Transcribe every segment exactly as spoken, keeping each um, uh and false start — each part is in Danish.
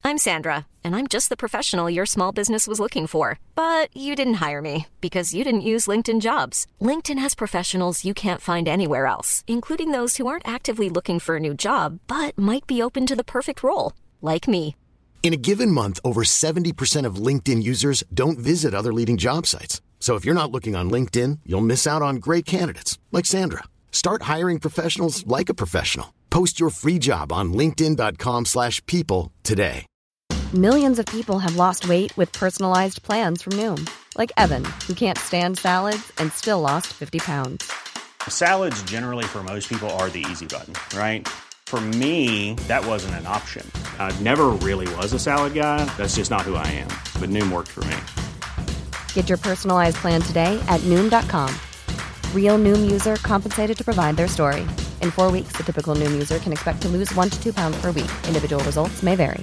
I'm Sandra, and I'm just the professional your small business was looking for. But you didn't hire me because you didn't use LinkedIn Jobs. LinkedIn has professionals you can't find anywhere else, including those who aren't actively looking for a new job, but might be open to the perfect role, like me. In a given month, over seventy percent of LinkedIn users don't visit other leading job sites. So if you're not looking on LinkedIn, you'll miss out on great candidates like Sandra. Start hiring professionals like a professional. Post your free job on linkedin dot com slash people today. Millions of people have lost weight with personalized plans from Noom. Like Evan, who can't stand salads and still lost fifty pounds. Salads generally for most people are the easy button, right? For me, that wasn't an option. I never really was a salad guy. That's just not who I am. But Noom worked for me. Get your personalized plan today at noom dot com. Real Noom user compensated to provide their story. In four weeks, the typical Noom user can expect to lose one to two pounds per week. Individual results may vary.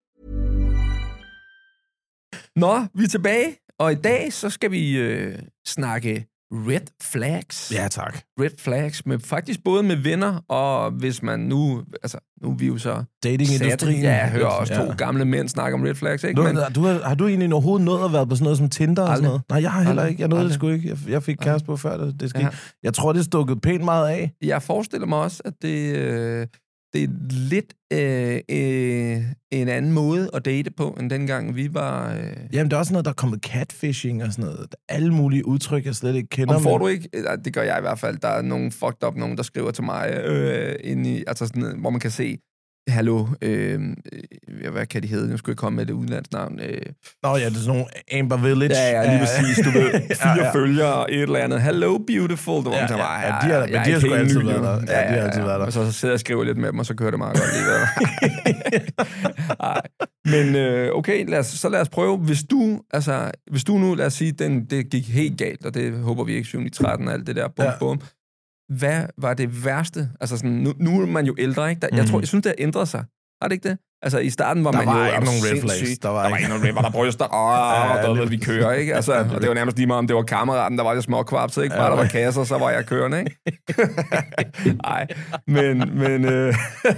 Nå, vi er tilbage, og i dag så skal vi øh, snakke red flags. Ja, tak. Red flags, med, faktisk både med venner, og hvis man nu, altså nu er vi jo så... Datingindustrien. Ja, jeg hører også ja. to gamle mænd snakke om red flags, ikke? Du, Men, du har, har du egentlig overhovedet nået at være på sådan noget som Tinder og sådan noget? Nej, jeg har heller aldrig. ikke. Jeg nåede Aldrig. det sgu ikke. Jeg, jeg fik kæreste på før det, det skete. Ja. Jeg tror, det stukket pænt meget af. Jeg forestiller mig også, at det, øh, det er lidt øh, øh, en anden måde at date på, end dengang vi var... Øh... Jamen, det er også noget, der er kommet catfishing og sådan noget. Alle mulige udtryk, jeg slet ikke kender. Om får men... du ikke... Det gør jeg i hvert fald. Der er nogen fucked up, nogen, der skriver til mig, øh, ind i, altså sådan, hvor man kan se... Hallo, øh, hvad kan de hedde? Nu skulle jeg komme med det udenlandsnavn. Øh. Nå ja, det er sådan nogle Amber Village. Ja, ja, lige præcis. Du ved, fire ja, ja. følgere og et eller andet. Hello, beautiful. Du Ja, ja, ja, ja, ja, de har, ja, men de har sgu altid været der. Ja, Ja, de har altid været der. Og så sidder jeg og skriver lidt med dem, og så kører det meget godt lige. Ej. Men øh, okay, lad os, så lad os prøve. Hvis du, altså, hvis du nu, lad os sige, den, det gik helt galt, og det håber vi ikke, syv ni tretten og alt det der, bum, Ja. bum. Hvad var det værste? Altså sådan, nu, nu er man jo ældre, ikke? Der, jeg, Mhm. tror, jeg synes, det har ændret sig. Har det ikke det? Altså, i starten var Der man var jo... ikke er du nogen red sindssyg? flags. Der var Der var ikke- ikke nogen red, var der bryster? Åh, Ja, der lige ved vi kører, ikke? Altså, og det var nærmest lige meget, om det var kammeraten, der var lidt småkvapset, ikke? Bare der var kasser, så var jeg kørende, ikke? Nej, men... men, øh,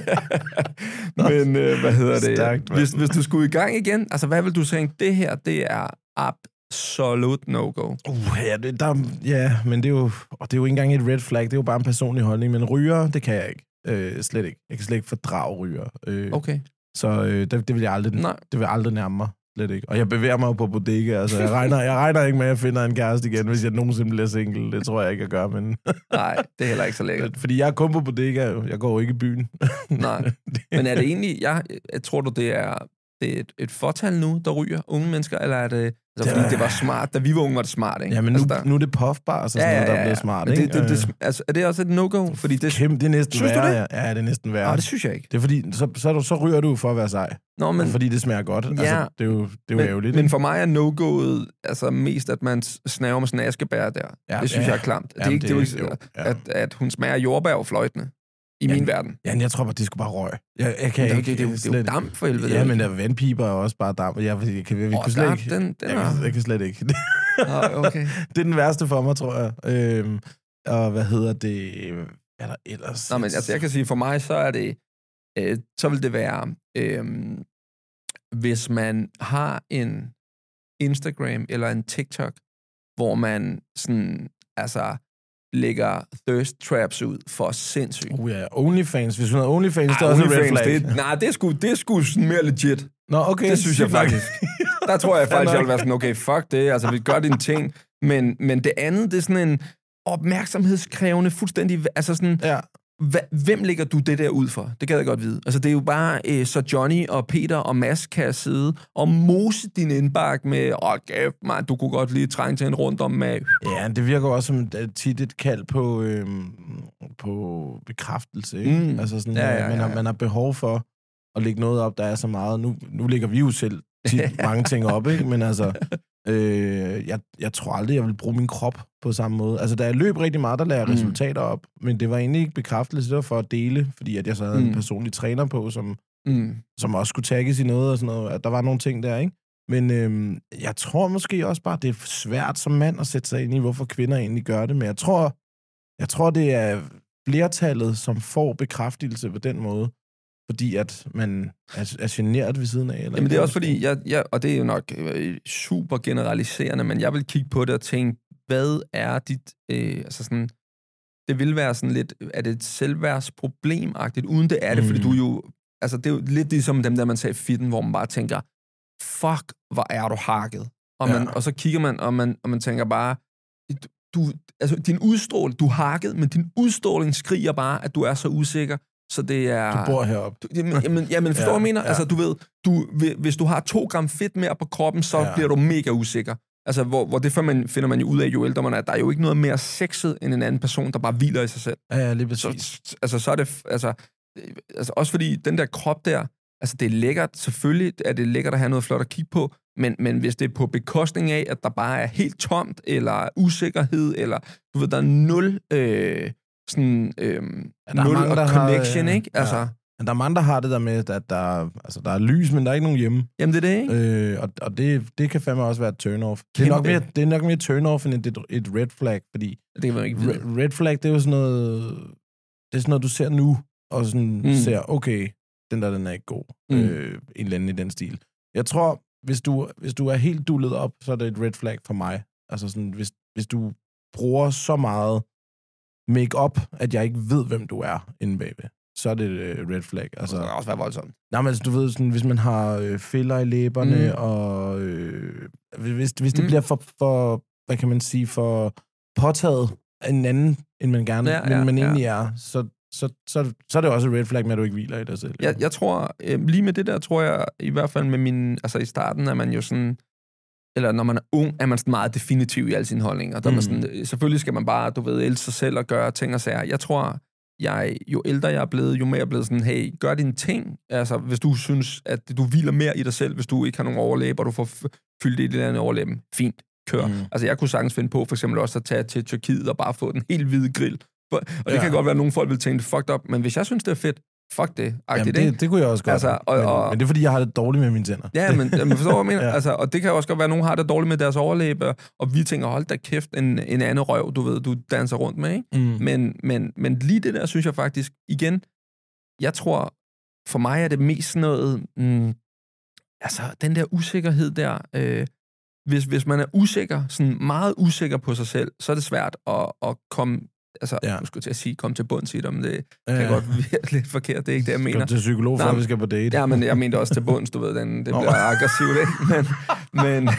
men øh, hvad hedder det? Stærkt, mand. hvis, hvis du skulle i gang igen, altså, hvad vil du tænke? Det her, det er absolut no-go. Uh, ja, det, der, ja, men det er, jo, og det er jo ikke engang et red flag. Det er jo bare en personlig holdning. Men ryger, det kan jeg ikke. Øh, slet ikke. Jeg kan slet ikke fordrage ryger. Øh, Okay. Så øh, det, det vil jeg aldrig, Nej. det vil aldrig nærme mig. Slet ikke. Og jeg bevæger mig jo på bodega. Altså, jeg, regner, jeg regner ikke med, at jeg finder en kæreste igen, hvis jeg nogensinde bliver single. Det tror jeg ikke, jeg gør. Men... Nej, det er heller ikke så lækkert. Fordi jeg er kun på bodega. Jo. Jeg går jo ikke i byen. Nej. Men er det egentlig, jeg, jeg tror du, det er, det er et, et fortal nu, der ryger unge mennesker, eller er det, altså, fordi Det- det var smart, da vi var unge, var det smart, ikke? Ja, men nu, altså, der, nu er det puffbar, og sådan noget, der er blevet smart. Men Ikke? det, det, det, Øh, altså, er det også et no-go? Fordi det, Kæmpe, det er næsten Synes du værre. det? Ja. ja, det er næsten værre. nej, det synes jeg ikke. Det er fordi, så, så, er du, så ryger du for at være sej. Nå, men, Men, fordi det smager godt. Ja. Altså, det er jo, det er jo men, ærgerligt. men ikke? for mig er no-goet altså mest, at man snaver med sådan en askebær der. Ja, det synes ja. jeg er klamt. Det er Jamen, ikke, det er jo ikke, jo, ja. at, at hun smager jordbær og fløjtende i Ja, min verden. Ja, jeg tror bare, det skulle bare røg. Jeg, jeg kan Det, ikke... det, det, det, det er jo slet- damp for helvede. Ja, men der vandpiber er også bare damp. Jeg, jeg, jeg, kan, jeg, jeg, Åh, kunne slet der- ikke... den- den jeg, er- kan, jeg kan slet ikke. Nå, okay. Det er den værste for mig, tror jeg. Øhm, og hvad hedder det... Hvad er der ellers? Nå, men altså, jeg kan sige, for mig, så er det, øh, så vil det være, øh, hvis man har en Instagram eller en TikTok, hvor man sådan, altså, lægger thirst traps ud for sindssygt. Oh ja, OnlyFans. Hvis hun havde OnlyFans, Ej, det er også en red OnlyFans, flag. det, nej, det er sgu, det er sgu sådan mere legit. Nå, okay. Det synes jeg sygt nok. faktisk. Der tror jeg Fair faktisk, jeg nok. vil være sådan, okay, fuck det, altså, vi gør dine ting, men, men det andet, det er sådan en opmærksomhedskrævende, fuldstændig, altså sådan, Ja. Hva- hvem lægger du det der ud for? Det kan jeg godt vide. Altså, det er jo bare, øh, så Johnny og Peter og Mads kan sidde og mose din indbakke med, åh, oh, kæft, man, du kunne godt lige trænge til en rundt om med. Ja, det virker også som et, tit et kald på, øhm, på bekræftelse, ikke? Mm. Altså sådan, Ja, ja, ja, ja, man, ja, har, ja. man har behov for at lægge noget op, der er så meget. Nu, nu lægger vi jo selv tit mange ting op, ikke? Men altså, øh, jeg, jeg tror aldrig, jeg vil bruge min krop på samme måde. Altså, da jeg løb rigtig meget, der lagde jeg Mm. resultater op, men det var egentlig ikke bekræftelse, det var for at dele, fordi at jeg så havde Mm. en personlig træner på, som, Mm. som også skulle tagges i noget og sådan noget, at der var nogle ting der, ikke? Men øhm, jeg tror måske også bare, det er svært som mand at sætte sig ind i, hvorfor kvinder egentlig gør det, men jeg tror, jeg tror det er flertallet, som får bekræftelse på den måde. fordi at man er, er generet ved siden af? Eller Jamen det er også fordi, jeg, jeg, og det er jo nok øh, super generaliserende, men jeg vil kigge på det og tænke, hvad er dit, øh, altså sådan, det vil være sådan lidt, er det et selvværdsproblemagtigt, uden det er det, mm. fordi du jo, altså det er jo lidt ligesom dem der, man sagde fitten, hvor man bare tænker, fuck, hvor er du hakket. Og, man, ja. og så kigger man, og man, og man tænker bare, du, altså din udstråling, du er hakket, men din udstråling skriger bare, at du er så usikker, så det er... Du bor heroppe. Du, jamen, jamen, jamen, forstår du, ja, hvad jeg mener? Ja. Altså, du ved, du, hvis du har to gram fedt mere på kroppen, så ja. bliver du mega usikker. Altså, hvor, hvor det finder man, finder man jo ud af, jo ældre man er. Der er jo ikke noget mere sexet, end en anden person, der bare hviler i sig selv. Ja, ja, lige præcis. Så, altså, så er det... Altså, altså, også fordi den der krop der, altså, det er lækkert. Selvfølgelig er det lækkert at have noget flot at kigge på, men, men hvis det er på bekostning af, at der bare er helt tomt, eller usikkerhed, eller, du ved, der er nul... Øh, sådan... Øh, ja, nul mange, og connection, har, ikke? Altså... Ja. Men der er mange, der har det der med, at der, altså, der er lys, men der er ikke nogen hjemme. Jamen, det er det, ikke? Øh, og og det, det kan fandme også være et turn-off. Det er, nok mere, det er nok mere turn-off, end et, et red flag, fordi... Det kan man ikke vide. Red, red flag, det er jo sådan noget... Det er sådan noget, du ser nu, og sådan mm. ser, okay, den der, den er ikke god. Mm. Øh, en eller anden i den stil. Jeg tror, hvis du, hvis du er helt dullet op, så er det et red flag for mig. Altså sådan, hvis, hvis du bruger så meget make-up, at jeg ikke ved, hvem du er inde bagved, så er det et red flag. Altså, det kan også være voldsomt. Nej, men altså, du ved, sådan, hvis man har øh, filler i læberne, mm. og øh, hvis, hvis det mm. bliver for, for, hvad kan man sige, for påtaget af en anden, end man gerne, ja, ja, man egentlig ja. er, så, så, så, så er det også et red flag med, at du ikke hviler i dig selv. Jeg, jeg tror, øh, lige med det der, tror jeg, i hvert fald med min, altså i starten er man jo sådan, eller når man er ung, er man sådan meget definitiv i alle sine holdninger. Der mm. er man sådan, selvfølgelig skal man bare, du ved, elske sig selv og gøre ting og sager. Jeg tror, jeg, jo ældre jeg er blevet, jo mere jeg er blevet sådan, hey, gør dine ting. Altså, hvis du synes, at du hviler mere i dig selv, hvis du ikke har nogen overlæb, og du får fyldt i det der overlæben, fint, kør. Mm. Altså, jeg kunne sagtens finde på, for eksempel også at tage til Tyrkiet og bare få den helt hvide grill. Og det ja. kan godt være, at nogle folk vil tænke, fucked up, men hvis jeg synes, det er fedt, fuck det. Jamen, det, det kunne jeg også godt. Altså, og, og, men, men det er, fordi jeg har det dårligt med mine tænder. Ja, men, men forstår du, hvad jeg mener? ja. Altså, og det kan også godt være, at nogen har det dårligt med deres overlæb, og vi tænker, hold da kæft, en, en anden røv, du ved, du danser rundt med, ikke? Mm. Men, men, men lige det der, synes jeg faktisk, igen, jeg tror, for mig er det mest noget, mm, altså, den der usikkerhed der, øh, hvis, hvis man er usikker, sådan meget usikker på sig selv, så er det svært at, at komme, altså, ja. nu skulle jeg til at sige, komme til bunds i det, men det ja. kan godt virke lidt forkert, det er ikke det, jeg mener. Skal til psykolog, før vi skal på date? Ja, men jeg mente også til bunds, du ved, den, det bliver aggressivt, ikke? Men, men,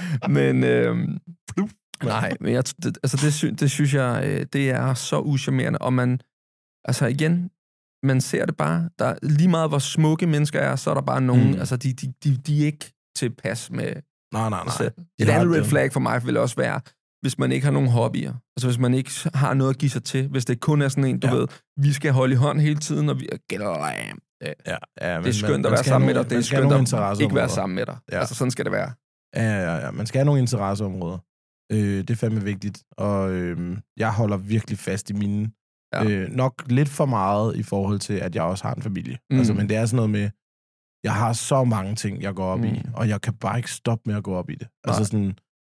men øhm, nej, men jeg, det, altså, det, sy, det synes jeg, det er så uschammerende, og man, altså igen, man ser det bare, der lige meget, hvor smukke mennesker er, så er der bare nogen, mm. altså, de, de, de, de er ikke tilpas med nej, nej, nej. Et andet red flag for mig vil også være, hvis man ikke har nogen hobbyer. Altså hvis man ikke har noget at give sig til. Hvis det kun er sådan en, du ja. ved, vi skal holde i hånd hele tiden, og vi er glam. Ja, ja, det er skønt man, at være sammen med dig. Det er skønt at ikke være sammen med dig. Ja. Altså sådan skal det være. Ja, ja, ja. Man skal have nogle interesseområder. Øh, det er fandme vigtigt. Og øh, jeg holder virkelig fast i mine. Ja. Øh, nok lidt for meget i forhold til, at jeg også har en familie. Mm. Altså, men det er sådan noget med, jeg har så mange ting, jeg går op mm. i, og jeg kan bare ikke stoppe med at gå op i det. Nej. Altså sådan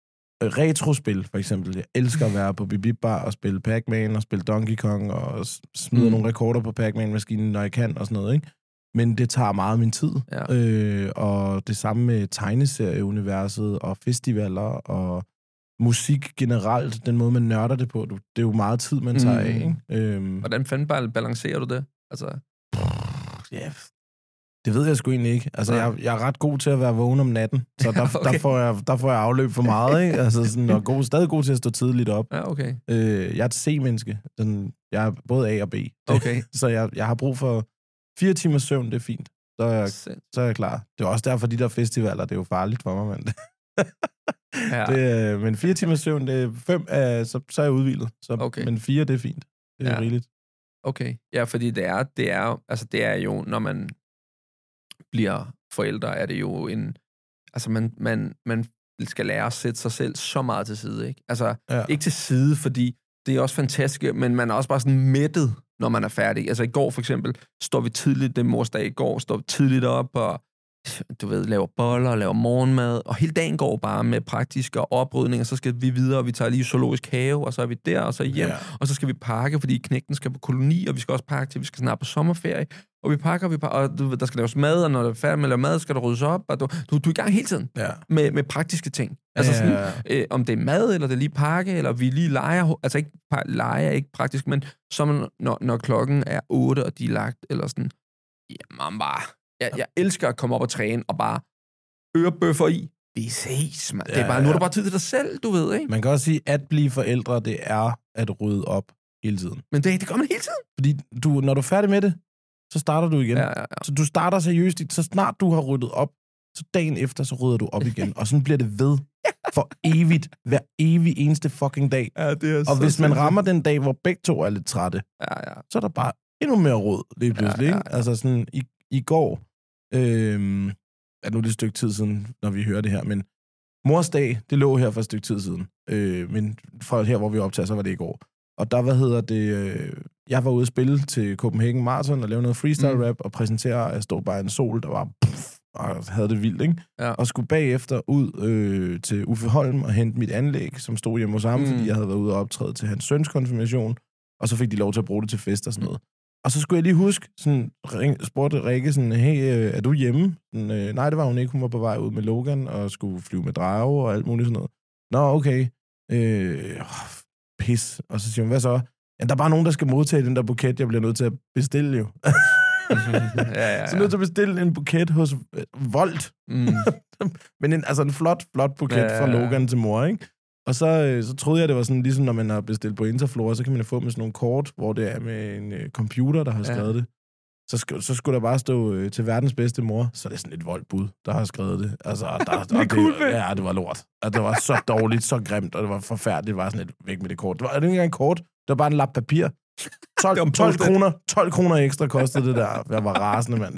retrospil, for eksempel. Jeg elsker at være på Bip Bar og spille Pac-Man og spille Donkey Kong og smide mm. nogle rekorder på Pac-Man-maskinen, når jeg kan og sådan noget, ikke? Men det tager meget af min tid. Ja. Øh, og det samme med tegneserieuniverset og festivaler og musik generelt, den måde, man nørder det på. Det er jo meget tid, man tager mm. af, ikke? Øhm. Hvordan fanden balancerer du det? Altså... Ja... Yeah. Det ved jeg sgu egentlig ikke. Altså, jeg, jeg er ret god til at være vågen om natten, så der, okay. der, får, jeg, der får jeg afløb for meget, ikke? Altså, sådan, og god, stadig god til at stå tidligt op. Ja, okay. Øh, jeg er et C-menneske. Sådan, jeg er både A og B. Okay. Så jeg, jeg har brug for fire timers søvn, det er fint. Så er, jeg, så er jeg klar. Det er også derfor, de der festivaler, det er jo farligt for mig, mand. ja. det, men fire timers søvn, det er fem, uh, så, så er jeg udhvilet. Så, okay. Men fire, det er fint. Det er ja. rigeligt. Okay. Ja, fordi det er, det er, altså, det er jo, når man bliver forældre, er det jo en... Altså, man, man, man skal lære at sætte sig selv så meget til side, ikke? Altså, ja. ikke til side, fordi det er også fantastisk, men man er også bare sådan mættet, når man er færdig. Altså, i går for eksempel, står vi tidligt, det morsdag i går, står vi tidligt op, og du ved, laver boller, laver morgenmad, og hele dagen går bare med praktiske oprydninger, så skal vi videre, og vi tager lige zoologisk have, og så er vi der, og så hjem, ja. Og så skal vi pakke, fordi knægten skal på koloni, og vi skal også pakke til, vi skal snart på sommerferie, og vi pakker, og, vi pakker, og du ved, der skal laves mad, og når der er færdig med at lave mad, skal der ryddes op, og du, du, du er i gang hele tiden ja. med, med praktiske ting. Altså sådan, ja. øh, om det er mad, eller det er lige pakke, eller vi lige leger, altså ikke leger, ikke praktisk, men så når, når klokken er otte, og de er lagt, eller sådan, jamen bare, jeg, jeg elsker at komme op og træne, og bare ørebøffer i. Vi ses, man. Ja, det er bare, nu er der bare tid til dig selv, du ved, ikke? Man kan også sige, at blive forældre, det er at rydde op hele tiden. Men det, det gør man hele tiden. Fordi du, når du er færdig med det, så starter du igen. Ja, ja, ja. Så du starter seriøst, så snart du har ryddet op, så dagen efter, så rydder du op igen. Og sådan bliver det ved for evigt, hver evig eneste fucking dag. Ja, det er og så hvis man rammer den dag, hvor begge to er lidt trætte, ja, ja. så er der bare endnu mere rod lige pludselig. Ja, ja, ja. Altså sådan, i, i går, øh, er nu det et stykke tid siden, når vi hører det her, men mors dag, det lå her for et stykke tid siden. Øh, men fra her, hvor vi optager, så var det i går. Og der, hvad hedder det, øh, jeg var ude at spille til Copenhagen Marathon og lave noget freestyle rap, mm. og præsentere, at jeg stod bare i en sol, der var puff, og havde det vildt, ikke? Ja. Og skulle bagefter ud øh, til Uffe Holm og hente mit anlæg, som stod hjemme hos ham, mm. fordi jeg havde været ude og optræde til hans søns konfirmation, og så fik de lov til at bruge det til fest og sådan noget. Og så skulle jeg lige huske, sådan, ring, spurgte Rikke sådan, hey, øh, er du hjemme? Sådan, øh, nej, det var hun ikke. Hun var på vej ud med Logan og skulle flyve med drage og alt muligt sådan noget. Nå, okay. Øh, pis. Og så siger hun, hvad så? Ja, der er bare nogen, der skal modtage den der buket, jeg bliver nødt til at bestille jo. ja, ja, ja. Så nødt til at bestille en buket hos øh, Volt. Mm. Men en, altså en flot, flot buket ja, ja, ja. fra Logan til mor, ikke? Og så, øh, så troede jeg, det var sådan, ligesom når man har bestilt på Interflora, så kan man få med sådan nogle kort, hvor det er med en øh, computer, der har skrevet ja. det. Så, sk- så skulle der bare stå øh, til verdens bedste mor, så er det sådan et voldbud, der har skrevet det. Altså, der, det, og det, ja, det var lort. Altså, det var så dårligt, så grimt, og det var forfærdeligt. Det var sådan et væk med det kort. Det var, det var ikke engang et kort, det var bare en lap papir. tolv, tolv, kroner, tolv kroner ekstra kostede det der. Jeg var rasende, mand.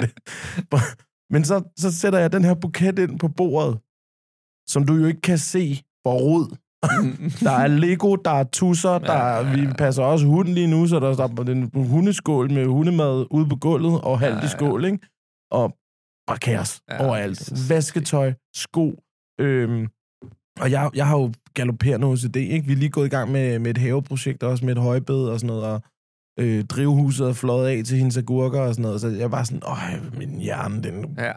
Men så, så sætter jeg den her buket ind på bordet, som du jo ikke kan se for rod. Der er Lego, der er tusser, der er, ja, ja, ja. Vi passer også hunden lige nu, så der står den hundeskål med hundemad ude på gulvet, og halvt ja, ja. i skål, ikke? Og bare kaos ja, overalt. Vasketøj, sko. Øhm, og jeg, jeg har jo galopperende O C D, ikke? Vi er lige gået i gang med, med et haveprojekt, også med et højbed og sådan noget, og øh, drivhuset er fløjet af til hendes agurker og sådan noget, så jeg var sådan, åh, min hjerne, den... Ja.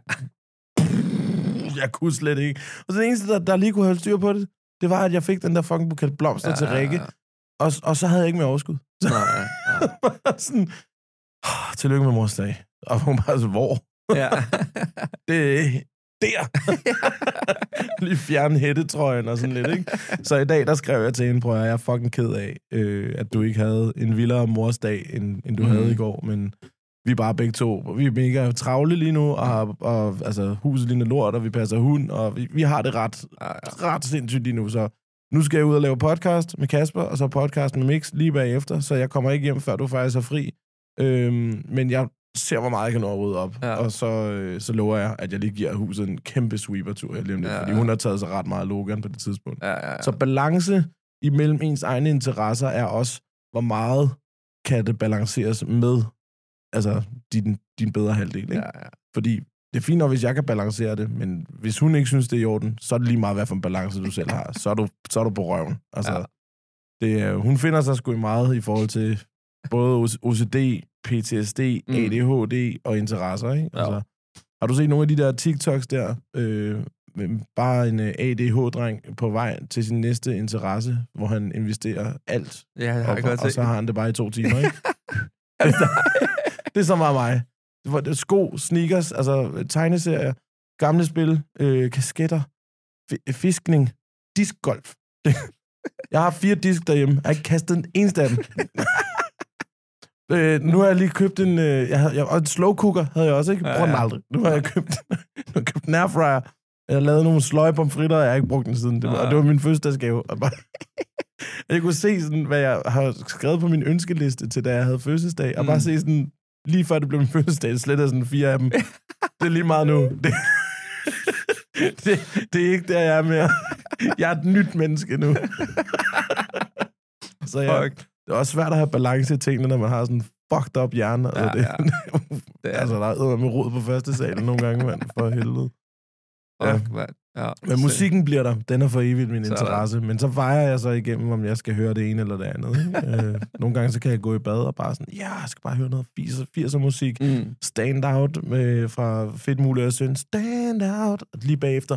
Jeg kunne slet ikke. Og så det eneste, der, der lige kunne holde styr på det, det var, at jeg fik den der fucking buket blomster ja, til Rikke, og, og så havde jeg ikke mere overskud. Så, nej, nej. sådan, oh, tillykke med mors dag. Og hun bare så, hvor? Ja. det er der. Lige fjerne hættetrøjen og sådan lidt, ikke? Så i dag, der skrev jeg til hende, prøv at jeg er fucking ked af, øh, at du ikke havde en vildere mors dag, end, end du mm. havde i går, men vi er bare begge to. Vi er mega travle lige nu, og, har, og altså, huset ligner lort, og vi passer hund, og vi, vi har det ret, ret sindssygt lige nu. Så nu skal jeg ud og lave podcast med Kasper, og så podcast med Mix lige bagefter, så jeg kommer ikke hjem, før du faktisk er fri. Øhm, men jeg ser, hvor meget jeg kan nå at rydde op, ja. og så, øh, så lover jeg, at jeg lige giver huset en kæmpe sweeper-tur, jeg ja, fordi ja. hun har taget sig ret meget Logan på det tidspunkt. Ja, ja, ja. Så balance imellem ens egne interesser er også, hvor meget kan det balanceres med altså din, din bedre halvdel, ikke? Ja, ja. Fordi det er fint nok, hvis jeg kan balancere det, men hvis hun ikke synes, det er i orden, så er det lige meget, hvad for en balance du selv har. Så er du, så er du på røven. Altså, ja. det, hun finder sig sgu i meget i forhold til både O C D, P T S D, mm. A D H D og interesser, ikke? Ja. Altså, har du set nogle af de der TikToks der? Øh, bare en A D H-dreng på vej til sin næste interesse, hvor han investerer alt. Ja, det har og, jeg godt og, og så har han det bare i to timer, ikke? Det er så meget mig. Det var det, sko, sneakers, altså tegneserier, gamle spil, øh, kasketter, f- fiskning, diskgolf. Jeg har fire disk derhjemme. Jeg har ikke kastet en eneste af dem. øh, nu har jeg lige købt en... Øh, jeg havde, jeg, og en slow cooker havde jeg også, ikke? Jeg bruger den aldrig. Nu har jeg købt, nu har jeg købt en airfryer. Jeg har lavet nogle sløje pomfritter, og jeg har ikke brugt den siden. Det var, og det var min fødselsdagsgave. Jeg kunne se, sådan, hvad jeg har skrevet på min ønskeliste til, da jeg havde fødselsdag, og mm. bare se sådan, lige før det blev min fødselsdag, slet er sådan fire af dem. Det er lige meget nu. Det, det, det er ikke der, jeg er mere. Jeg er et nyt menneske nu. Så jeg, det er også svært at have balance i tingene, når man har sådan fucked up hjerne. Ja, det, ja. Det er altså, der er med rod på første salen nogle gange, mand. For helvede. Ja. Fuck, ja. Men musikken bliver der. Den er for evigt min så interesse. Men så vejer jeg så igennem, om jeg skal høre det ene eller det andet. øh, nogle gange så kan jeg gå i bad og bare sådan, ja, jeg skal bare høre noget firser musik. Mm. Stand Out med, fra Fedt Muligt og Søn. Stand Out. Og lige bagefter.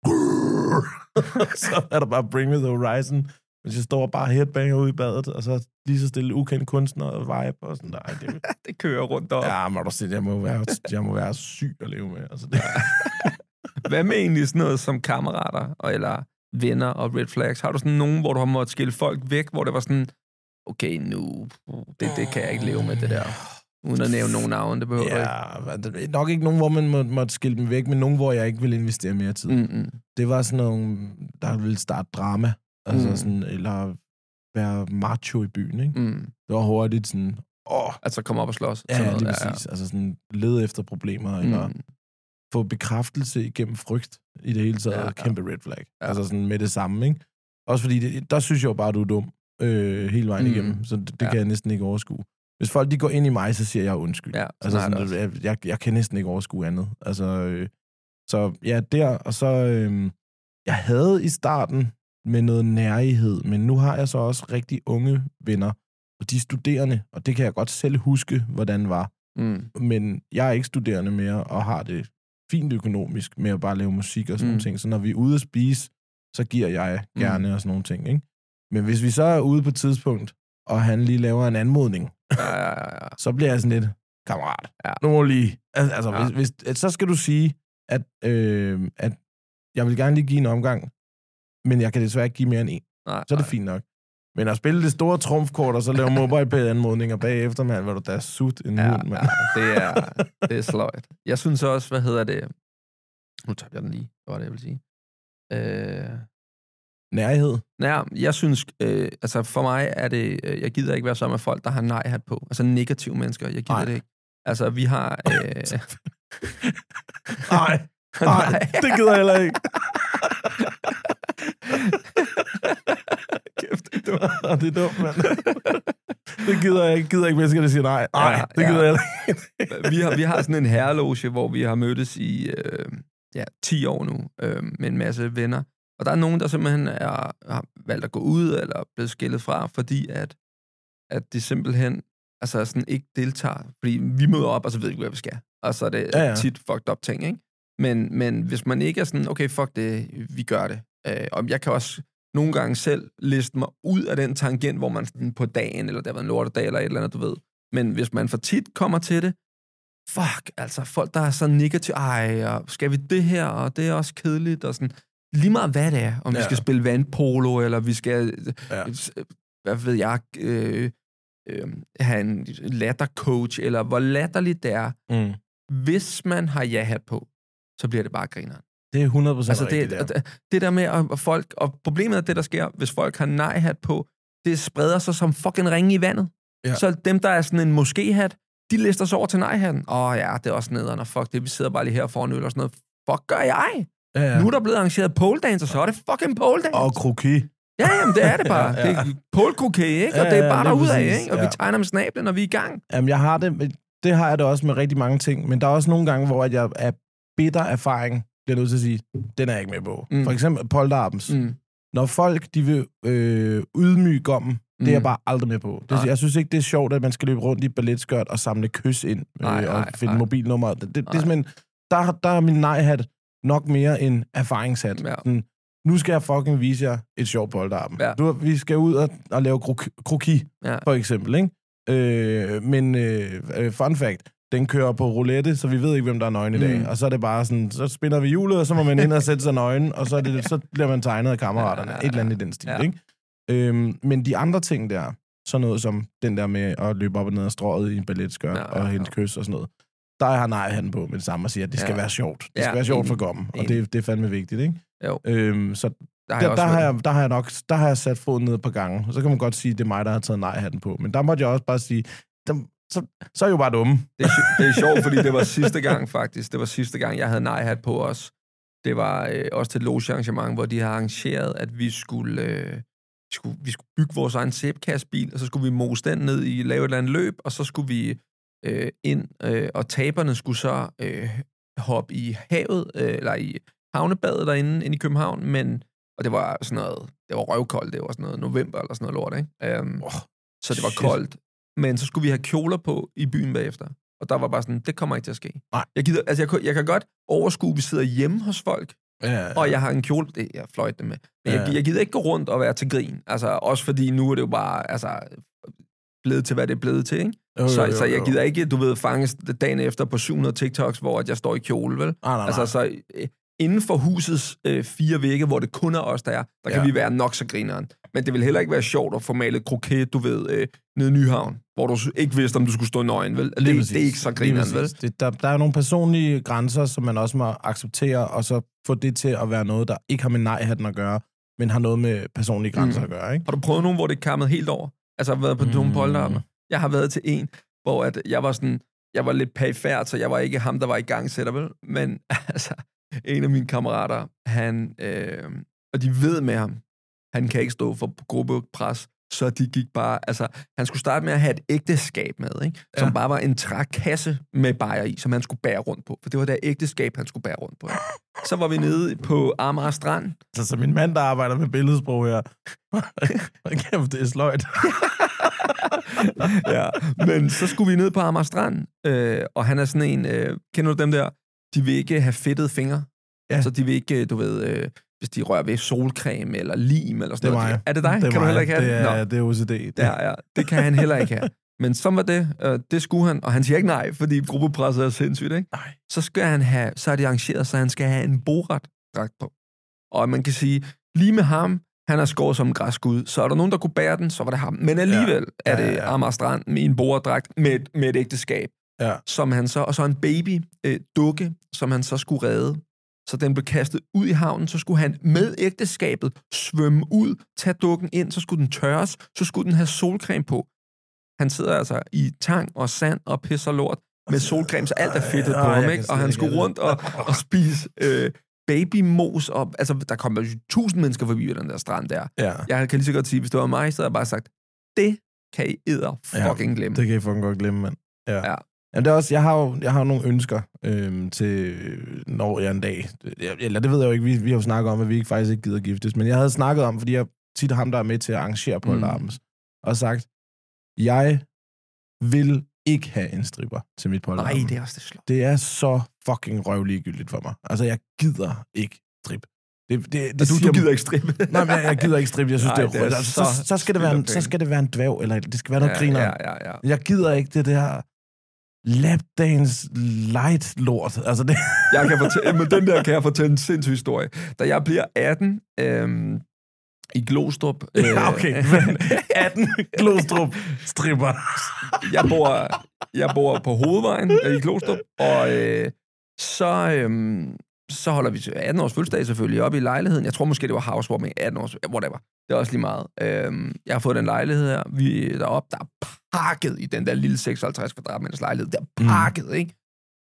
Så er der bare Bring Me The Horizon. Men jeg står bare headbanger ude i badet, og så lige så stille ukendt kunstner og vibe og sådan der. Det, det kører rundt op. Ja, må du se, jeg må være, jeg må være syg at leve med. Altså, det. Hvad med egentlig sådan noget som kammerater, og, eller venner og red flags? Har du sådan nogen, hvor du har måttet skille folk væk, hvor det var sådan, okay, nu, det, det kan jeg ikke leve med, det der. Uden at nævne nogen navn, det behøver ja, ikke. Ja, nok ikke nogen, hvor man må, måtte skille dem væk, men nogen, hvor jeg ikke vil investere mere tid. Mm-mm. Det var sådan nogle, der ville starte drama, altså Mm. sådan, eller være macho i byen, ikke? Mm. Det var hurtigt sådan, åh. Altså komme op og slås. Ja, sådan noget, lige ja, præcis. Ja. Altså sådan lede efter problemer, Mm. eller få bekræftelse igennem frygt i det hele taget. Ja, ja. Kæmpe red flag. Ja. Altså sådan med det samme, ikke? Også fordi, det, der synes jeg jo bare, du er dum øh, hele vejen Mm. igennem, så det, det Ja. kan jeg næsten ikke overskue. Hvis folk de går ind i mig, så siger jeg undskyld. Ja, altså sådan er det sådan, jeg, jeg, jeg kan næsten ikke overskue andet. Altså, øh, så ja, der, og så, øh, jeg havde i starten med noget nærighed, men nu har jeg så også rigtig unge venner, og de er studerende, og det kan jeg godt selv huske, hvordan var. Mm. Men jeg er ikke studerende mere, og har det fint økonomisk med at bare lave musik og sådan mm. nogle ting. Så når vi er ude at spise, så giver jeg gerne mm. og sådan nogle ting, ikke? Men hvis vi så er ude på et tidspunkt, og han lige laver en anmodning, ja, ja, ja, ja. så bliver jeg sådan lidt, kammerat, ja. nu må lige... Altså, ja. hvis, hvis, så skal du sige, at, øh, at jeg vil gerne lige give en omgang, men jeg kan desværre ikke give mere end en. Nej, så er det nej. fint nok. Men at spille det store trumfkort, og så lave MobilePay-anmodninger bagefter, mand, hvor du der er sut en ja, hund, mand. Ja, det er, det er sløjt. Jeg synes også, hvad hedder det... Nu tager jeg den lige, hvad var det, jeg vil sige. Øh... Nærhed. Ja, jeg synes, øh, altså for mig er det, øh, jeg gider ikke være sammen med folk, der har nej-hat på. Altså negative mennesker, jeg gider nej. det ikke. Altså, vi har... Øh... nej, nej, det gider jeg heller ikke. Kæft, det er dumt. Det er dumt, mand. Det gider jeg ikke. Gider ikke mennesker, der siger nej. Nej, ja, det gider ja. jeg ikke. vi, har, vi har sådan en herreloge, hvor vi har mødtes i øh, ja, ti år nu, øh, med en masse venner. Og der er nogen, der simpelthen er, har valgt at gå ud, eller blevet skillet fra, fordi at, at de simpelthen altså sådan ikke deltager. Fordi vi møder op, og så ved vi ikke, hvad vi skal. Og så er det ja, ja. tit fucked up ting, ikke? Men, men hvis man ikke er sådan, okay, fuck det, vi gør det. Øh, og jeg kan også nogle gange selv liste mig ud af den tangent, hvor man sådan på dagen, eller der har været en lortedag, eller et eller andet, du ved. Men hvis man for tit kommer til det, fuck, altså folk, der er så negative, ej, og skal vi det her, og det er også kedeligt, og sådan, lige meget hvad det er, om ja. vi skal spille vandpolo, eller vi skal, ja. hvad ved jeg, øh, øh, have en lattercoach, eller hvor latterligt det er. Mm. Hvis man har ja-hat på, så bliver det bare grineren. Det er hundrede procent altså rigtigt, det, det, det der med, at folk, og problemet er det, der sker, hvis folk har nej-hat på, det spreder sig som fucking ringe i vandet. Ja. Så dem, der er sådan en måske-hat, de lister sig over til nej-hatten. Åh oh, ja, det er også nederen, og fuck det, vi sidder bare lige her foran øl og sådan noget. Fuck gør jeg? Ja, ja. Nu er der blevet arrangeret pole dance, og så er det fucking pole dance. Og kroki. Ja, jamen det er det bare. ja, ja. Det er pole kroki, ikke? Og ja, det er bare derudad, ikke? Og ja. vi tegner med snablen, når vi er i gang. Jamen jeg har det, det har jeg det også med rigtig mange ting, men der er også nogle gange, hvor jeg er bitter erfaring, bliver nødt til at sige, den er jeg ikke med på. Mm. For eksempel polterabends. Mm. Når folk, de vil øh, ydmyge gommen, mm. det er jeg bare aldrig med på. Det, jeg synes ikke, det er sjovt, at man skal løbe rundt i balletskørt og samle kys ind øh, nej, og nej, finde nej. mobilnummer. Det, det, det er simpelthen, der, der er min nej-hat nok mere en erfaringshat. Ja. Sådan, nu skal jeg fucking vise jer et sjovt polterappen. Ja. Du, vi skal ud og, og lave kroki, kroki ja. for eksempel, ikke? Øh, men øh, fun fact, den kører på roulette, så vi ved ikke, hvem der er nøgen i dag. Mm. Og så er det bare sådan, så spinner vi hjulet, og så må man ind og sætte sig nøgen, og så, er det, så bliver man tegnet af kammeraterne. Ja, ja, ja. Et eller andet i den stil, ja. ikke? Øhm, men de andre ting der, sådan noget som den der med at løbe op og ned af strået i en balletskørt ja, ja, ja. og hente kys og sådan noget, der har nej han på med det samme og siger, at det skal ja. være sjovt. Det skal ja, være sjovt enig. for gommen, og det, det er fandme vigtigt, ikke? Jo. Øhm, så der har, der, der, har jeg, der har jeg nok, der har jeg sat foden ned et par gange, og så kan man godt sige, at det er mig, der har taget nej-hatten på. Men der måtte jeg også bare sige, der, så, så er jeg jo bare dumme. Det er, det er sjovt, fordi det var sidste gang faktisk. Det var sidste gang, jeg havde nej-hat på os. Det var øh, også til et logearrangement, hvor de har arrangeret, at vi skulle, øh, vi skulle, vi skulle bygge vores egen sæbekassebil, og så skulle vi mose den ned i, lave et eller andet løb, og så skulle vi øh, ind, øh, og taberne skulle så øh, hoppe i havet, øh, eller i havnebadet derinde, inde i København, men, og det var sådan noget, det var røvkoldt, det var sådan noget november, eller sådan noget lort, ikke? Um, oh, så det var shit. koldt, men så skulle vi have kjoler på i byen bagefter, og der var bare sådan, det kommer ikke til at ske. Nej. Jeg, gider, altså jeg, jeg kan godt overskue, vi sidder hjemme hos folk, ja, ja, ja. og jeg har en kjole, det jeg fløjte med, men ja. jeg, jeg gider ikke gå rundt og være til grin, altså også fordi nu er det jo bare, altså, blevet til, hvad det er blevet til, ikke? Jo, jo, så, jo, jo. så jeg gider ikke, du ved, fanges dagen efter på syv hundrede TikToks, hvor jeg står i kjole, vel? Ah, nej, nej. Altså, så inden for husets øh, fire vægge, hvor det kun er os, der er, der kan ja. vi være nok så grineren. Men det vil heller ikke være sjovt at få malet kroket, du ved, øh, nede i Nyhavn, hvor du ikke vidste, om du skulle stå nøgen, vel? Det, det er ikke så grineren, vel? Det, der, der er nogle personlige grænser, som man også må acceptere, og så få det til at være noget, der ikke har med nej-hatten at gøre, men har noget med personlige grænser mm. at gøre, ikke? Har du prøvet nogen, hvor det er kammet helt over? Altså, jeg har været på mm. nogle polterarmer. Jeg har været til en, hvor at jeg var sådan, jeg var lidt perifært, så jeg var ikke ham, der var i gang sætter, vel? Men altså, en af mine kammerater, han, øh, og de ved med ham, han kan ikke stå for gruppepres, så de gik bare, altså, han skulle starte med at have et ægteskab med, ikke? Som ja. bare var en trækasse med bajer i, som han skulle bære rundt på, for det var det ægteskab, han skulle bære rundt på. Ikke? Så var vi nede på Amager Strand. Så, så min mand, der arbejder med billedsprog her, kæft, det er sløjt. Ja, men så skulle vi ned på Amager Strand, øh, og han er sådan en, øh, kender du dem der, de vil ikke have fedtede fingre, ja. så de vil ikke, du ved, øh, hvis de rører ved solcreme eller lim eller sådan det noget. Er det dig? Det er kan mig. Du heller ikke have det? Er, det er O C D. Det. Ja, ja, det kan han heller ikke have. Men så var det, øh, det skulle han, og han siger ikke nej, fordi gruppepresset er sindssygt, ikke? Nej. Så skal han have, så er det arrangeret, så han skal have en Borat-dragt på. Og man kan sige, lige med ham, han er skåret som en græskud, så er der nogen, der kunne bære den, så var det ham. Men alligevel ja. er det ja, ja. Amager Strand med en Borat-dragt med, med et ægteskab, ja. som han så, og så en baby-dukke, øh, som han så skulle redde. Så den blev kastet ud i havnen, så skulle han med ægteskabet svømme ud, tage dukken ind, så skulle den tørres, så skulle den have solcreme på. Han sidder altså i tang og sand og pisser lort med solcreme, så alt er fedtet på ham, ikke? Og han skulle rundt og, og spise øh, babymos, og altså, der kom jo tusind mennesker forbi den der strand der. Ja. Jeg kan lige så godt sige, hvis det var mig, så havde jeg bare sagt, det kan I edder fucking ja, glemme. Det kan I fucking godt glemme, mand. Ja. ja. Jamen, det er også, jeg har jo jeg har nogle ønsker øhm, til, når jeg en dag, eller det ved jeg jo ikke, vi, vi har jo snakket om, at vi ikke faktisk ikke gider giftes, men jeg havde snakket om, fordi jeg tit er ham, der er med til at arrangere på mm. Alarms, og sagt, jeg vil ikke have en stripper til mit polterarm. Nej, det er også det slå. Det er så fucking røvliggyldigt for mig. Altså, jeg gider ikke strip. Det, det, det du, siger, du gider ikke strippe? Nej, men jeg gider ikke strippe. Jeg synes, Nej, det er rødt. Altså, så, så, så, skal det være en, så skal det være en dværg, eller det skal være noget ja, griner. Ja, ja, ja. Jeg gider ikke det der lapdance light lort. Altså det. Jeg kan fortælle, men den der kan jeg fortælle en sindssyg historie. Da jeg bliver atten, øhm, i Glostrup. Øh, ja, okay. atten Glostrup stripper. jeg, bor, jeg bor på Hovedvejen i Glostrup, og øh, så, øh, så holder vi atten års fødselsdag selvfølgelig op i lejligheden. Jeg tror måske, det var housewarming, atten års, whatever. Det er også lige meget. Øh, jeg har fået den lejlighed her. Vi er deroppe, der er pakket i den der lille seksoghalvtreds kvadratmeters lejlighed. Der er pakket, mm. ikke?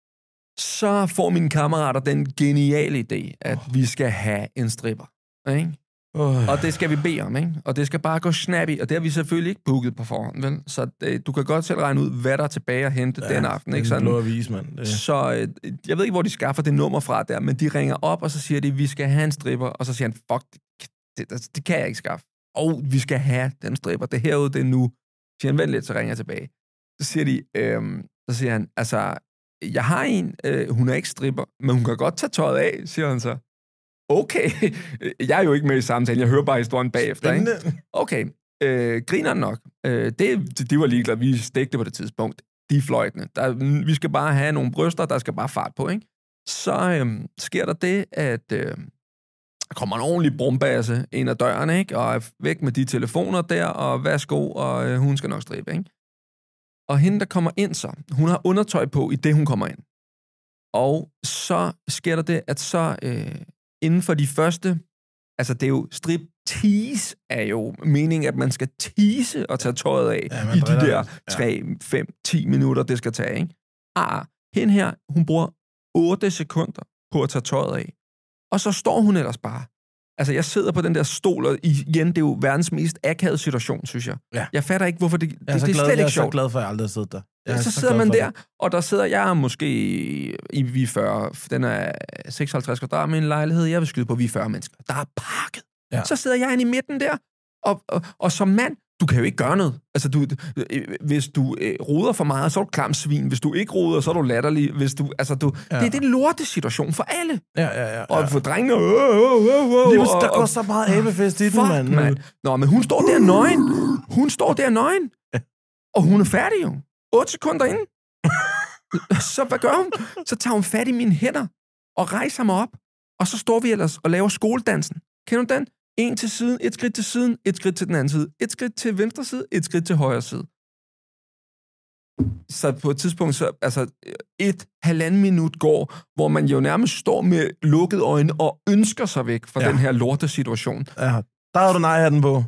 Så får mine kammerater den geniale idé, at oh. vi skal have en stripper, ikke? Uh. Og det skal vi bede om, ikke? Og det skal bare gå snappy, og det har vi selvfølgelig ikke booket på forhånd, vel? Så det, du kan godt selv regne ud, hvad der er tilbage at hente ja, den aften, ikke? Sådan. Det avis, mand. Det. Så øh, jeg ved ikke, hvor de skaffer det nummer fra der, men de ringer op, og så siger de, vi skal have en stripper, og så siger han, fuck, det, det, det kan jeg ikke skaffe. Og vi skal have den stripper, det herude, det er nu. Så siger han, vent lidt, så ringer jeg tilbage. Så siger de, øh, så siger han, altså, jeg har en, øh, hun er ikke stripper, men hun kan godt tage tøjet af, siger han så. Okay, jeg er jo ikke med i samtalen, jeg hører bare historien bagefter, ikke? Okay, øh, griner nok. Øh, det, de var ligeglade, vi stegte på det tidspunkt. De er fløjtende. Der, vi skal bare have nogle bryster, der skal bare fart på, ikke? Så øh, sker der det, at øh, der kommer en ordentlig brumbasse ind ad døren, ikke? Og er væk med de telefoner der, og værsgo, og øh, hun skal nok stribe, ikke? Og hende, der kommer ind så, hun har undertøj på, i det hun kommer ind. Og så sker der det, at så... Øh, inden for de første, altså det er jo strip-tease, er jo meningen, at man skal tease og tage tøjet af ja, i de der tre, fem, ti minutter, det skal tage, ikke? Ah, hende her, hun bruger otte sekunder på at tage tøjet af. Og så står hun ellers bare. Altså, jeg sidder på den der stol, og igen, det er jo verdens mest akavede situation, synes jeg. Ja. Jeg fatter ikke, hvorfor det, det, jeg er, det er glad, slet ikke jeg sjovt. Jeg er så glad for, at jeg aldrig har siddet der. Jeg så så sidder man der, det. og der sidder jeg måske i V fyrre. Den er seksoghalvtreds kvadrat med en lejlighed. Jeg vil skyde på V fyrre mennesker. Der er pakket. Ja. Så sidder jeg inde i midten der, og, og, og som mand, du kan jo ikke gøre noget. Altså, du, hvis du øh, roder for meget, så er du klam svin. Hvis du ikke roder, så er du latterlig. Hvis du, altså, du, ja. Det er den lorte situation for alle. Ja, ja, ja. ja. Og for drengene... Øh, øh, øh, Lige, der går så meget abefest i den, mand. mand. Nå, men hun står der nøgen. Hun står der nøgen. Og hun er færdig jo. Otte sekunder inden. Så hvad gør hun? Så tager hun fat i mine hænder og rejser mig op. Og så står vi ellers og laver skoledansen. Kender du den? En til siden, et skridt til siden, et skridt til den anden side, et skridt til venstre side, et skridt til højre side. Så på et tidspunkt, så, altså et halvanden minut går, hvor man jo nærmest står med lukkede øjne og ønsker sig væk fra ja. den her lorte situation. Ja, der har du nej-hatten på.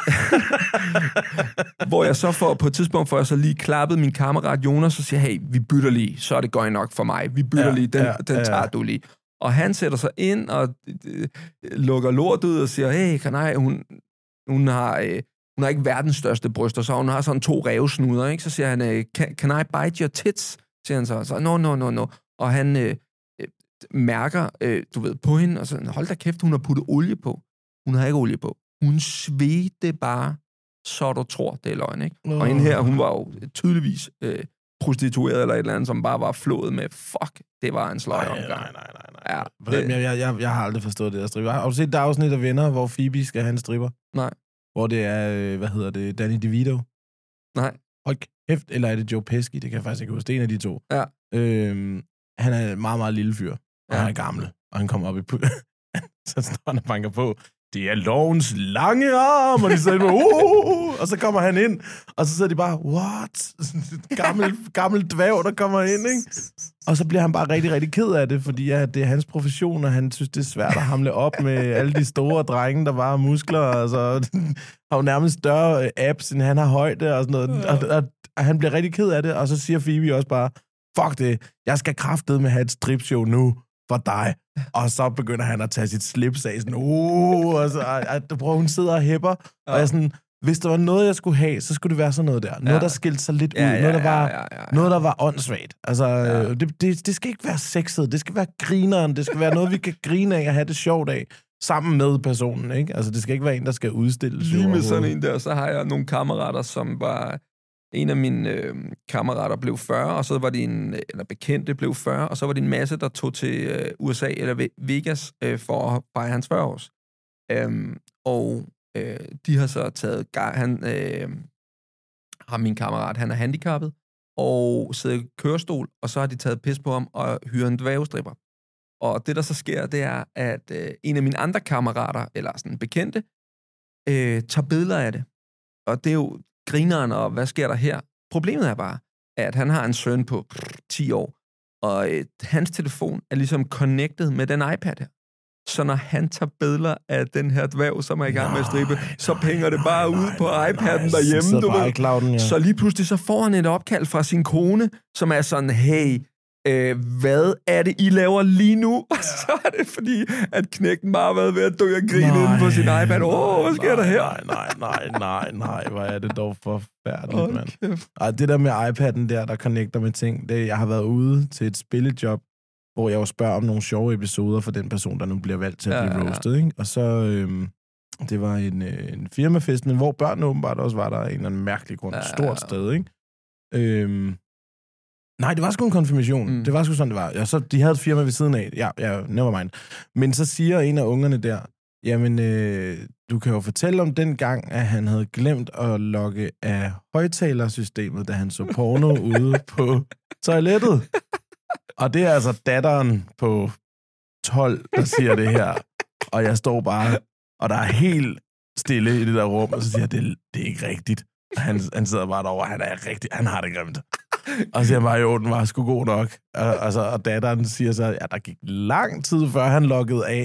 Hvor jeg så får, på et tidspunkt får jeg så lige klappet min kammerat Jonas, og siger, hey, vi bytter lige, så er det godt nok for mig. Vi bytter ja, lige, den, ja, den tager ja. du lige. Og han sætter sig ind og øh, lukker lort ud og siger, hey, Kanai, hun, hun, har, øh, hun har ikke verdens største bryster, så hun har sådan to revsnuder, ikke? Så siger han, øh, can, can I bite your tits? Siger han så. Så no, no, no, no. Og han øh, øh, mærker, øh, du ved, på hende, og så, hold da kæft, hun har puttet olie på. Hun har ikke olie på. Hun svedte bare, så du tror, det er løgn, ikke? Oh. Og hende her, hun var jo tydeligvis øh, prostitueret eller et eller andet, som bare var flået med, fuck, det var en sløj omgang. Nej, nej, nej, nej. Ja, det... jeg, jeg, jeg, jeg har aldrig forstået det der stripper. Har du set, der er afsnit af Venner, hvor Phoebe skal have en stripper? Nej. Hvor det er, hvad hedder det, Danny DeVito? Nej. Hold kæft, eller er det Joe Pesci? Det kan jeg faktisk ikke huske. Det er en af de to. Ja. Øhm, han er en meget, meget lille fyr, og ja. han er gammel, og han kommer op i... så står han og banker på. Det er lovens lange arm, og de siger, uh, og så kommer han ind, og så sidder de bare, what? gammel, gammel dværg, der kommer ind, ikke? Og så bliver han bare rigtig, rigtig ked af det, fordi ja, det er hans profession, og han synes, det er svært at hamle op med alle de store drenge, der bare har muskler, og så har jo nærmest større abs, end han har højde, og sådan noget. Og, og, og han bliver rigtig ked af det, og så siger Phoebe også bare, fuck det, jeg skal kraftedeme have et stripshow nu for dig. Og så begynder han at tage sit slips af, sådan, uh, og så, at, prøv, hun sidder og hæpper, ja. og jeg sådan, hvis der var noget, jeg skulle have, så skulle det være sådan noget der. Noget, ja. der skilte sig lidt ud. Ja, ja, noget, der var, ja, ja, ja, ja. noget, der var åndssvagt. Altså, ja. det, det, det skal ikke være sexet. Det skal være grineren. Det skal være noget, vi kan grine af og have det sjovt af. Sammen med personen, ikke? Altså, det skal ikke være en, der skal udstilles. Lige med sådan en der, så har jeg nogle kammerater, som var... En af mine øh, kammerater blev fyrre, og så var de en, eller bekendte blev fyrre, og så var de en masse, der tog til øh, U S A eller Vegas øh, for at fejre hans fyrre-års. Øhm, og øh, de har så taget... Han øh, har min kammerat, han er handicappet, og sidder i kørestol, og så har de taget pis på ham og hyret en dværgestripper. Og det, der så sker, det er, at øh, en af mine andre kammerater, eller sådan bekendte, øh, tager billeder af det. Og det er jo grineren, og hvad sker der her? Problemet er bare, at han har en søn på pff, ti år, og øh, hans telefon er ligesom connected med den iPad her. Så når han tager billeder af den her dværg, som er i gang med at stribe, så pænger det bare nej, ud nej, på nej, iPad'en nej, derhjemme, du ved. Clouden, ja. Så lige pludselig så får han et opkald fra sin kone, som er sådan, hey, øh, hvad er det, I laver lige nu? Og så er det fordi, at knægten bare har været ved at dø og grine inde på sin iPad. Åh, oh, hvad sker nej, der her? Nej, nej, nej, nej, nej, hvor er det dog forfærdeligt, okay. mand. Ej, det der med iPad'en der, der connecter med ting, det, jeg har været ude til et spillejob, hvor jeg jo spørger om nogle sjove episoder for den person, der nu bliver valgt til at blive ja, roasted, ikke? Og så, øhm, det var en, øh, en firmafest, men hvor børnene åbenbart også var der en eller anden mærkelig grund, et stort sted, ikke? Øhm, nej, det var sgu en konfirmation. Mm. Det var sgu sådan, det var. Ja, så de havde et firma ved siden af. Ja, ja, never mind. Men så siger en af ungerne der, jamen, øh, du kan jo fortælle om den gang, at han havde glemt at logge af højtalersystemet, da han så porno ude på toilettet. Og det er altså datteren på tolv, der siger det her. Og jeg står bare, og der er helt stille i det der rum, og så siger jeg, det, det er ikke rigtigt. Og han, han sidder bare derovre, han er rigtig, han har det grimt. Og så siger jeg bare, jo, den var sgu god nok. Og, og, så, og datteren siger så, ja, der gik lang tid, før han loggede af.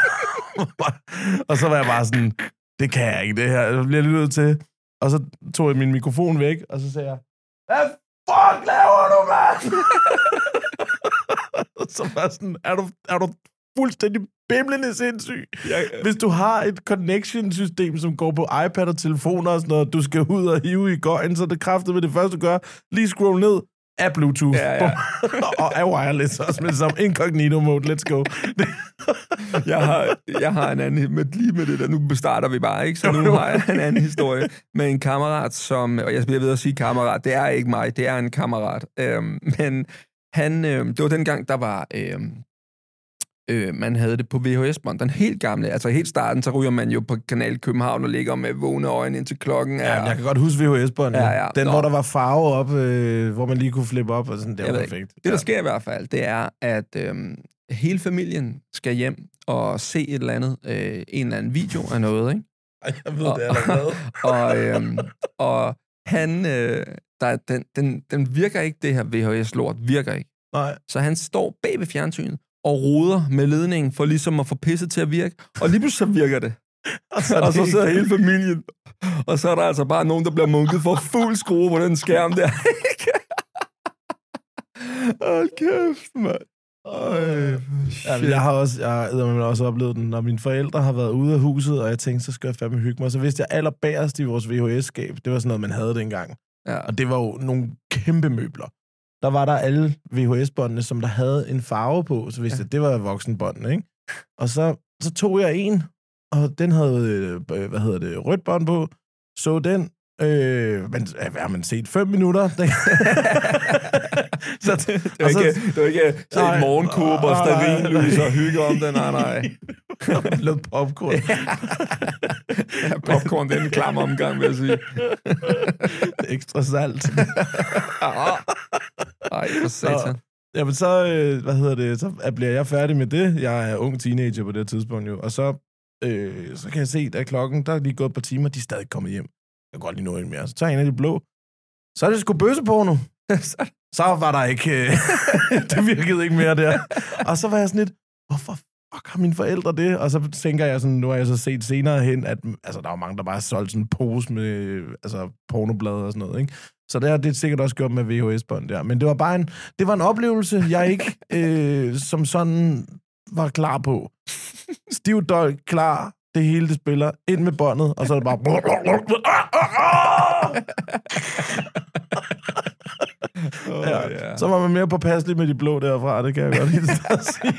Og så var jeg bare sådan, det kan jeg ikke, det her. Jeg bliver lidt nødt til. Og så tog jeg min mikrofon væk, og så sagde jeg, hvad fuck laver du, mand? Så var sådan, er du, er du fuldstændig bimlende sindssyg. Hvis du har et connection-system, som går på iPad og telefoner og sådan noget, du skal ud og hive i gøjen, så det kræfter med det første, du gør, lige scroll ned af Bluetooth. Ja, ja. Og af wireless også, men som incognito mode. Let's go. jeg, har, jeg har en anden, med, lige med det der, nu starter vi bare, ikke? Så nu har jeg en anden historie med en kammerat, som, og jeg bliver ved at sige kammerat, det er ikke mig, det er en kammerat. Øhm, men han, øhm, det var dengang, der var, øhm, øh, man havde det på V H S-bånd, den helt gamle, altså helt starten, så ryger man jo på Kanal København og ligger med vågne øjne indtil klokken er... Ja, jeg kan godt huske V H S-bånd. Ja, ja. Den, Nå. hvor der var farve op, øh, hvor man lige kunne flippe op, og sådan, det var perfekt. Det, der sker i hvert fald, det er, at øhm, hele familien skal hjem og se et eller andet, øh, en eller anden video af noget, ikke? Ej, jeg ved og, det allerede. og, øhm, og han, øh, der, den, den, den virker ikke, det her V H S-lort virker ikke. Nej. Så han står bag ved fjernsynet og roder med ledningen for ligesom at få pisset til at virke, og lige pludselig så virker det. Og så, og så sidder hele familien, og så er der altså bare nogen, der bliver munket for fuld skrue på den skærm der. Hold kæft, mand. Ja, jeg har også, jeg har også oplevet den, når mine forældre har været ude af huset, og jeg tænkte, så skal jeg fandme hygge mig. Så vidste jeg allerbærest i vores V H S-skab, det var sådan noget, man havde dengang. Ja. Og det var jo nogle kæmpe møbler. Der var der alle V H S-båndene, som der havde en farve på, så vidste ja. jeg, det var voksenbåndene, ikke? Og så, så tog jeg en, og den havde, hvad hedder det, rødt bånd på, så den, Øh, men hvad har man set? Fem minutter? så det, det, var ikke, det var ikke så et morgenkåb og stearinlys og hygge om den, nej, nej. Lidt popcorn. Ja, popcorn, det er en klam omgang, vil jeg sige. Ekstra salt. Ej, for satan. Jamen så, øh, hvad hedder det, så bliver jeg færdig med det. Jeg er ung teenager på det tidspunkt jo, og så, øh, så kan jeg se, at klokken, der er lige gået et par timer, de er stadig kommet hjem. Jeg kan godt lige nå en mere. Så tager jeg en af de blå. Så er det sgu bøsse på nu. Så var der ikke... Øh, det virkede ikke mere der. Og så var jeg sådan lidt, hvorfor fuck har mine forældre det? Og så tænker jeg sådan, nu har jeg så set senere hen, at altså, der var mange, der bare solgte sådan en pose med altså, pornoblade og sådan noget, ikke? Så det har det sikkert også gjort med V H S-bånd der. Men det var bare en, det var en oplevelse, jeg ikke øh, som sådan var klar på. Stiv dolk, klar, det hele det spiller, ind med båndet, og så er det bare... oh, ja. Yeah. Så var man mere påpasselig med de blå derfra, det kan jeg godt helt sige.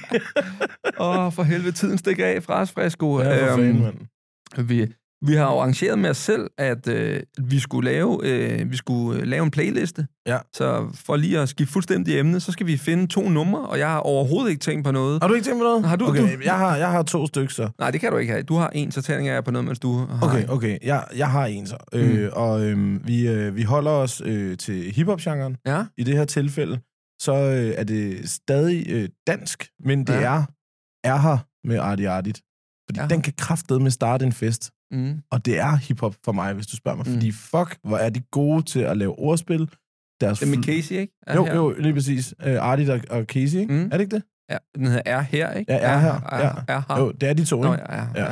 Åh, oh, for helvede, tiden stikker af fra os, Fresco. Ja, for fanden, mand. Vi, vi har jo arrangeret med os selv, at øh, vi skulle lave øh, vi skulle lave en playliste. Ja. Så for lige at skifte fuldstændig emne, så skal vi finde to numre, og jeg har overhovedet ikke tænkt på noget. Har du ikke tænkt på noget? Har du? Okay, du? Jeg, har, jeg har to stykker så. Nej, det kan du ikke have. Du har en, så tænker jeg på noget, mens du har Okay, en. okay. Jeg, jeg har en så. Mm. Øh, og øh, vi, øh, vi holder os øh, til hiphop-genren. Ja. I det her tilfælde, så øh, er det stadig øh, dansk, men det ja. er, er her med Arti Artit. Fordi ja. den kan kraftedeme starte en fest. Mm. Og det er hiphop for mig, hvis du spørger mig. Mm. Fordi fuck, hvor er de gode til at lave ordspil. Deres det er med Casey, ikke? Er jo, her. jo, lige præcis. Uh, Artit og, og Casey, ikke? Mm. Er det ikke det? Ja, den hedder Er her, ikke? Ja, Er her. Er, ja. er her. Jo, det er de to, ikke? Nå, ja, ja, ja. ja.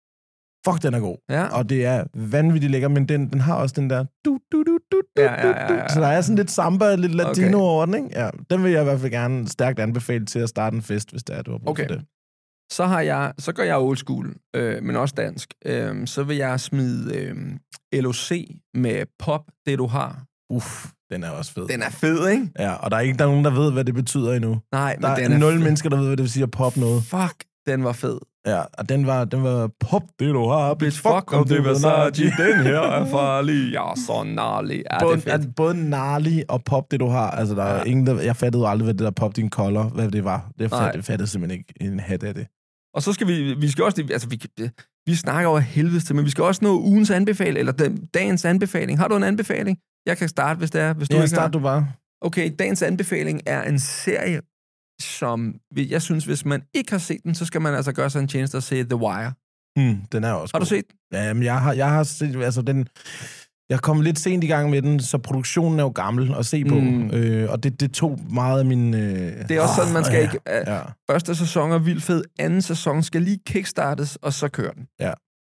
Fuck, den er god. Ja. Og det er vanvittigt lækker, men den, den har også den der... Du, du, du, du, ja, ja, ja, ja. Så der er sådan lidt samba, lidt latino okay. over den, ikke? Ja, den vil jeg i hvert fald gerne stærkt anbefale til at starte en fest, hvis det er, du har brug okay. for det. Så har jeg, så går jeg old school, øh, men også dansk. Øh, så vil jeg smide øh, L O C med Pop, det du har. Uff, den er også fed. Den er fed, ikke? Ja, og der er ikke der er nogen, der ved, hvad det betyder endnu. Nej, men der den er, er nul fed. mennesker, der ved, hvad det vil sige at pop noget. Fuck, den var fed. Ja, og den var, den var pop, det du har. Bitch, fuck, fuck om det var Versace. Den her er farlig. Ja, så gnarlig. Ja, både, det er fedt. Både gnarlig og pop, det du har. Altså, der ja. er ingen, der... Jeg fattede aldrig, hvad det der pop din color, hvad det var. Det fattede, fattede simpelthen ikke en hat af det. Og så skal vi, vi skal også, altså vi, vi snakker over helvedes til, men vi skal også nå ugens anbefaling, eller dagens anbefaling. Har du en anbefaling? Jeg kan starte, hvis det er, hvis du ja, ikke start har. du bare. Okay, dagens anbefaling er en serie, som jeg synes, hvis man ikke har set den, så skal man altså gøre sig en tjeneste at se The Wire. Mm, den er også Har god. du set den? Ja, men jeg har, jeg har set, altså den... Jeg kom lidt sent i gang med den, så produktionen er jo gammel at se på. Mm. Øh, og det, det tog meget af min... Øh... Det er også sådan, man skal ja, ikke... Uh, ja. Første sæson er vildt fed, anden sæson skal lige kickstartes, og så kører den. Ja.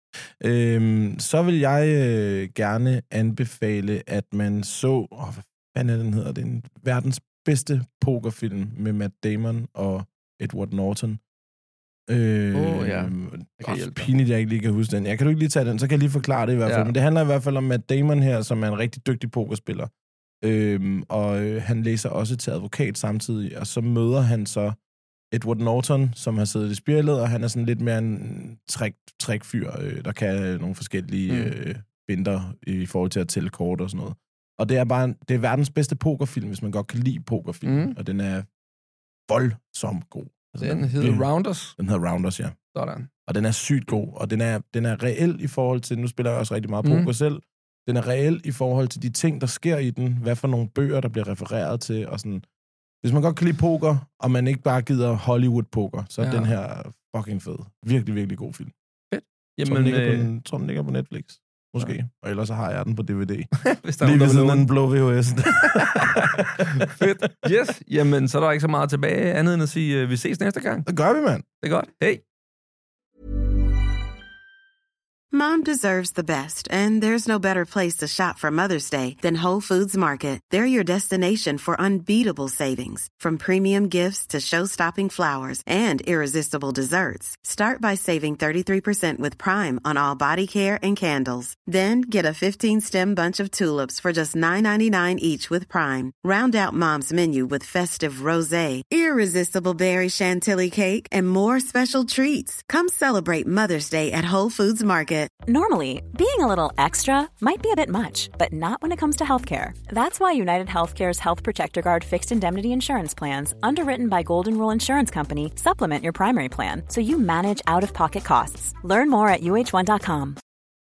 Øhm, så vil jeg øh, gerne anbefale, at man så... Åh, hvad fanden er den hedder? Det er en verdens bedste pokerfilm med Matt Damon og Edward Norton. Øh, oh, ja. Også pinligt, jeg ikke lige kan huske den. Jeg kan du ikke lige tage den, så kan jeg lige forklare det i hvert fald. Ja. Men det handler i hvert fald om Matt Damon her, som er en rigtig dygtig pokerspiller. Øhm, og øh, han læser også til advokat samtidig, og så møder han så Edward Norton, som har siddet i spjældet, og han er sådan lidt mere en træk, trækfyr, øh, der kan nogle forskellige mm. øh, binder i forhold til at tælle kort og sådan noget. Og det er bare en, det er verdens bedste pokerfilm, hvis man godt kan lide pokerfilm, mm. og den er voldsomt god. Altså, den hedder den, Rounders? Den hedder Rounders, ja. Sådan. Og den er sygt god, og den er, den er reel i forhold til, nu spiller jeg også rigtig meget poker mm. selv, den er reel i forhold til de ting, der sker i den, hvad for nogle bøger, der bliver refereret til, og sådan. Hvis man godt kan lide poker, og man ikke bare gider Hollywood-poker, så er ja. den her fucking fed. Virkelig, virkelig god film. Fedt. Jamen, tror, den ligger øh... på, den, tror, den ligger på Netflix. Måske. Ja. Og ellers så har jeg den på D V D. Hvis der lige ved siden af den blå V H S. Fedt. Yes. Jamen, så er der ikke så meget tilbage andet end at sige, uh, vi ses næste gang. Det gør vi, mand. Det er godt. Hej. Mom deserves the best, and there's no better place to shop for Mother's Day than Whole Foods Market. They're your destination for unbeatable savings, from premium gifts to show-stopping flowers and irresistible desserts. Start by saving thirty-three percent with Prime on all body care and candles. Then get a fifteen-stem bunch of tulips for just nine ninety-nine each with Prime. Round out Mom's menu with festive rosé, irresistible berry chantilly cake, and more special treats. Come celebrate Mother's Day at Whole Foods Market. Normally, being a little extra might be a bit much, but not when it comes to healthcare. That's why United Healthcare's Health Protector Guard fixed indemnity insurance plans, underwritten by Golden Rule Insurance Company, supplement your primary plan so you manage out-of-pocket costs. Learn more at U H one dot com.